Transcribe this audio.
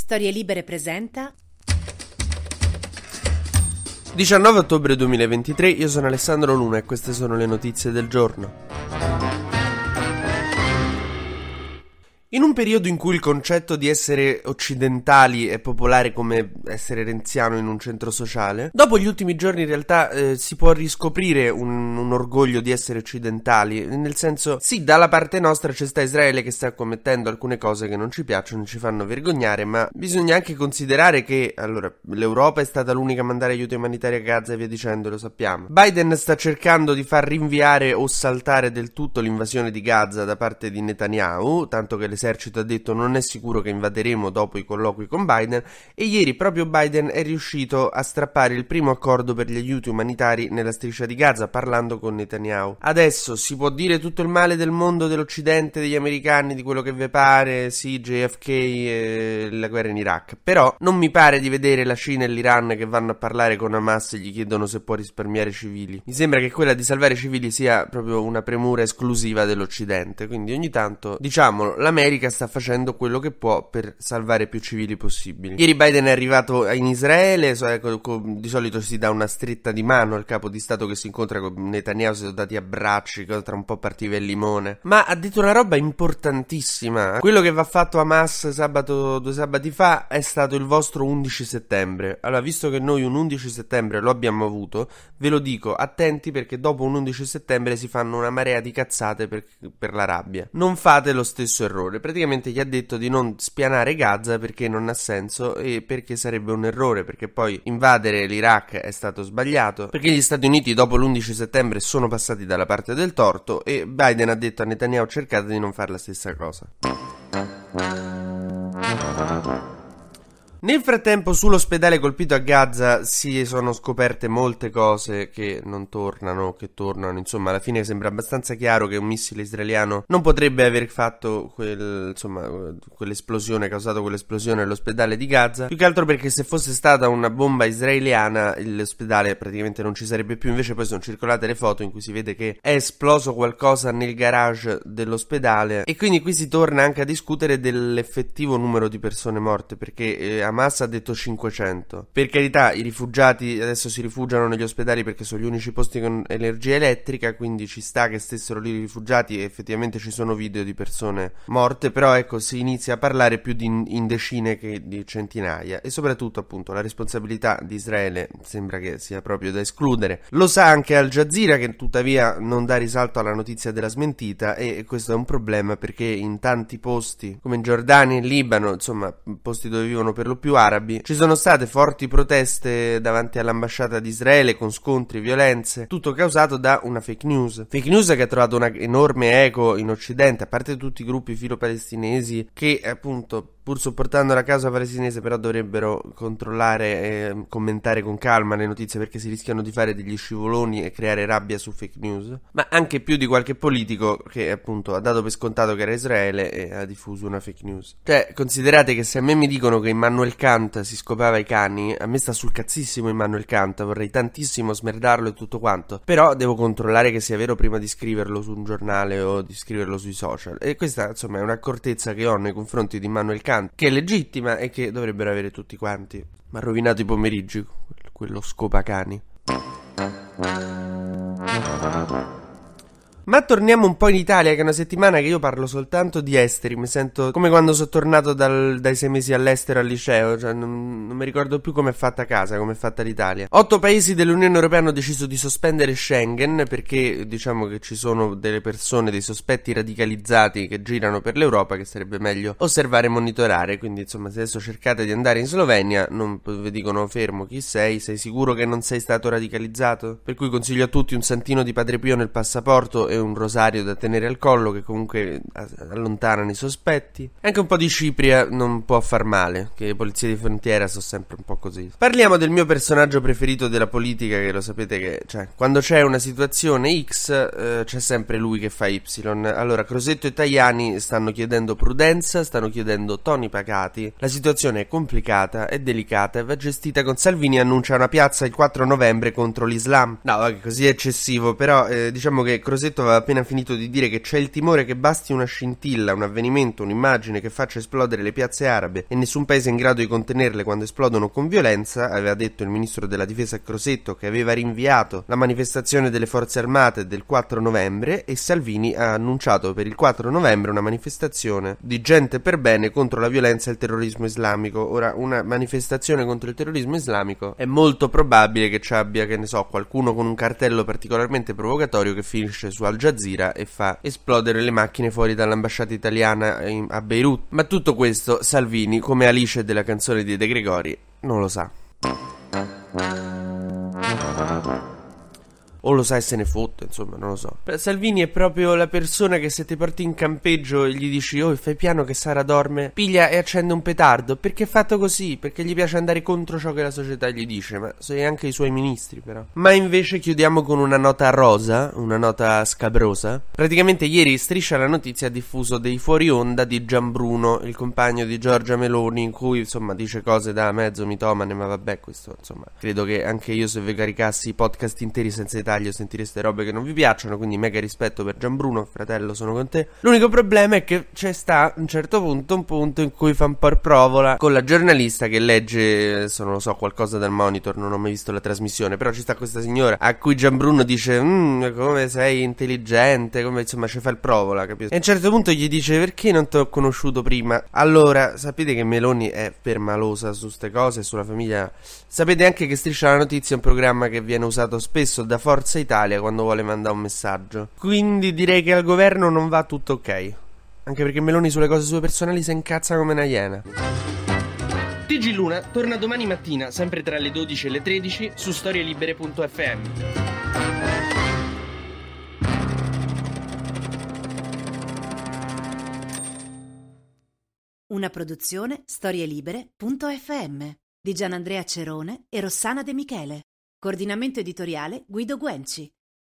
Storie Libere presenta 19 ottobre 2023, io sono Alessandro Luna e queste sono le notizie del giorno. In un periodo in cui il concetto di essere occidentali è popolare come essere renziano in un centro sociale, dopo gli ultimi giorni in realtà si può riscoprire un orgoglio di essere occidentali, nel senso, sì, dalla parte nostra c'è sta Israele che sta commettendo alcune cose che non ci piacciono, ci fanno vergognare, ma bisogna anche considerare che, allora, l'Europa è stata l'unica a mandare aiuti umanitari a Gaza e via dicendo, lo sappiamo. Biden sta cercando di far rinviare o saltare del tutto l'invasione di Gaza da parte di Netanyahu, tanto che l'esercito ha detto non è sicuro che invaderemo dopo i colloqui con Biden, e ieri proprio Biden è riuscito a strappare il primo accordo per gli aiuti umanitari nella striscia di Gaza parlando con Netanyahu. Adesso si può dire tutto il male del mondo, dell'occidente, degli americani, di quello che vi pare, sì, JFK e la guerra in Iraq, però non mi pare di vedere la Cina e l'Iran che vanno a parlare con Hamas e gli chiedono se può risparmiare civili. Mi sembra che quella di salvare i civili sia proprio una premura esclusiva dell'occidente, quindi ogni tanto, diciamolo, l'America sta facendo quello che può per salvare più civili possibili. Ieri Biden è arrivato in Israele, di solito si dà una stretta di mano al capo di Stato che si incontra con Netanyahu, si sono dati abbracci, tra un po' partiva il limone, ma ha detto una roba importantissima. Quello che va fatto Hamas due sabati fa è stato il vostro 11 settembre. Allora, visto che noi un 11 settembre lo abbiamo avuto, ve lo dico, attenti, perché dopo un 11 settembre si fanno una marea di cazzate per la rabbia. Non fate lo stesso errore. Praticamente gli ha detto di non spianare Gaza perché non ha senso e perché sarebbe un errore, perché poi invadere l'Iraq è stato sbagliato, perché gli Stati Uniti dopo l'11 settembre sono passati dalla parte del torto, e Biden ha detto a Netanyahu cercate di non fare la stessa cosa. Nel frattempo sull'ospedale colpito a Gaza si sono scoperte molte cose che non tornano, che tornano, insomma alla fine sembra abbastanza chiaro che un missile israeliano non potrebbe aver fatto quell'esplosione, causato quell'esplosione all'ospedale di Gaza, più che altro perché se fosse stata una bomba israeliana l'ospedale praticamente non ci sarebbe più, invece poi sono circolate le foto in cui si vede che è esploso qualcosa nel garage dell'ospedale, e quindi qui si torna anche a discutere dell'effettivo numero di persone morte, perché Hamas ha detto 500. Per carità, i rifugiati adesso si rifugiano negli ospedali perché sono gli unici posti con energia elettrica, quindi ci sta che stessero lì i rifugiati e effettivamente ci sono video di persone morte, però ecco, si inizia a parlare più in decine che di centinaia, e soprattutto appunto la responsabilità di Israele sembra che sia proprio da escludere. Lo sa anche Al Jazeera, che tuttavia non dà risalto alla notizia della smentita, e questo è un problema perché in tanti posti come in Giordania e in Libano, insomma posti dove vivono per lo più arabi, ci sono state forti proteste davanti all'ambasciata di Israele con scontri e violenze, tutto causato da una fake news che ha trovato una enorme eco in Occidente, a parte tutti i gruppi filo-palestinesi che appunto pur supportando la causa palestinese però dovrebbero controllare e commentare con calma le notizie, perché si rischiano di fare degli scivoloni e creare rabbia su fake news, ma anche più di qualche politico che appunto ha dato per scontato che era Israele e ha diffuso una fake news. Cioè, considerate che se a me mi dicono che Immanuel Kant si scopava i cani, a me sta sul cazzissimo Immanuel Kant, vorrei tantissimo smerdarlo e tutto quanto, però devo controllare che sia vero prima di scriverlo su un giornale o di scriverlo sui social, e questa insomma è un'accortezza che ho nei confronti di Immanuel Kant, che è legittima e che dovrebbero avere tutti quanti. Ma ha rovinato i pomeriggi quello scopacani. Ma torniamo un po' in Italia, che è una settimana che io parlo soltanto di esteri, mi sento come quando sono tornato dai 6 mesi all'estero al liceo, cioè non mi ricordo più com'è fatta casa, com'è fatta l'Italia. 8 paesi dell'Unione Europea hanno deciso di sospendere Schengen perché diciamo che ci sono delle persone, dei sospetti radicalizzati che girano per l'Europa che sarebbe meglio osservare e monitorare, quindi insomma se adesso cercate di andare in Slovenia non vi dicono fermo, chi sei sicuro che non sei stato radicalizzato? Per cui consiglio a tutti un santino di Padre Pio nel passaporto e un rosario da tenere al collo che comunque allontanano i sospetti. Anche un po' di cipria non può far male, che le polizie di frontiera sono sempre un po' così. Parliamo del mio personaggio preferito della politica, che lo sapete che cioè quando c'è una situazione X c'è sempre lui che fa Y. Allora Crosetto e Tajani stanno chiedendo prudenza, stanno chiedendo toni pacati, la situazione è complicata, è delicata e va gestita con Salvini annuncia una piazza il 4 novembre contro l'Islam. No, vabbè, così è eccessivo, però diciamo che Crosetto aveva appena finito di dire che c'è il timore che basti una scintilla, un avvenimento, un'immagine che faccia esplodere le piazze arabe e nessun paese è in grado di contenerle quando esplodono con violenza, aveva detto il ministro della difesa Crosetto, che aveva rinviato la manifestazione delle forze armate del 4 novembre, e Salvini ha annunciato per il 4 novembre una manifestazione di gente per bene contro la violenza e il terrorismo islamico. Ora, una manifestazione contro il terrorismo islamico è molto probabile che ci abbia, che ne so, qualcuno con un cartello particolarmente provocatorio che finisce su Al Jazeera e fa esplodere le macchine fuori dall'ambasciata italiana a Beirut. Ma tutto questo Salvini, come Alice della canzone di De Gregori, non lo sa. O lo sa e se ne fotte, insomma, non lo so. Salvini è proprio la persona che se ti porti in campeggio e gli dici "oh, fai piano che Sara dorme", piglia e accende un petardo. Perché è fatto così? Perché gli piace andare contro ciò che la società gli dice. Ma sei anche i suoi ministri, però. Ma invece chiudiamo con una nota rosa, una nota scabrosa. Praticamente ieri Striscia la Notizia ha diffuso dei fuori onda di Gianbruno, il compagno di Giorgia Meloni, in cui insomma dice cose da mezzo mitomane. Ma vabbè, questo insomma, credo che anche io, se vi caricassi i podcast interi senza taglio, sentireste robe che non vi piacciono, quindi mega rispetto per Gianbruno, fratello, sono con te. L'unico problema è che c'è sta a un certo punto, un punto in cui fa un po' provola con la giornalista che legge, adesso non lo so, qualcosa dal monitor, non ho mai visto la trasmissione, però ci sta questa signora a cui Gianbruno dice come sei intelligente, come insomma ci fa il provola, capito? E a un certo punto gli dice perché non ti ho conosciuto prima. Allora, sapete che Meloni è permalosa su ste cose, sulla famiglia. Sapete anche che Striscia la Notizia è un programma che viene usato spesso da Forza Italia quando vuole mandare un messaggio. Quindi direi che al governo non va tutto ok. Anche perché Meloni sulle cose sue personali si incazza come una iena. TG Luna torna domani mattina, sempre tra le 12 e le 13, su storielibere.fm. Una produzione storielibere.fm di Gianandrea Cerone e Rossana De Michele. Coordinamento editoriale Guido Guenci.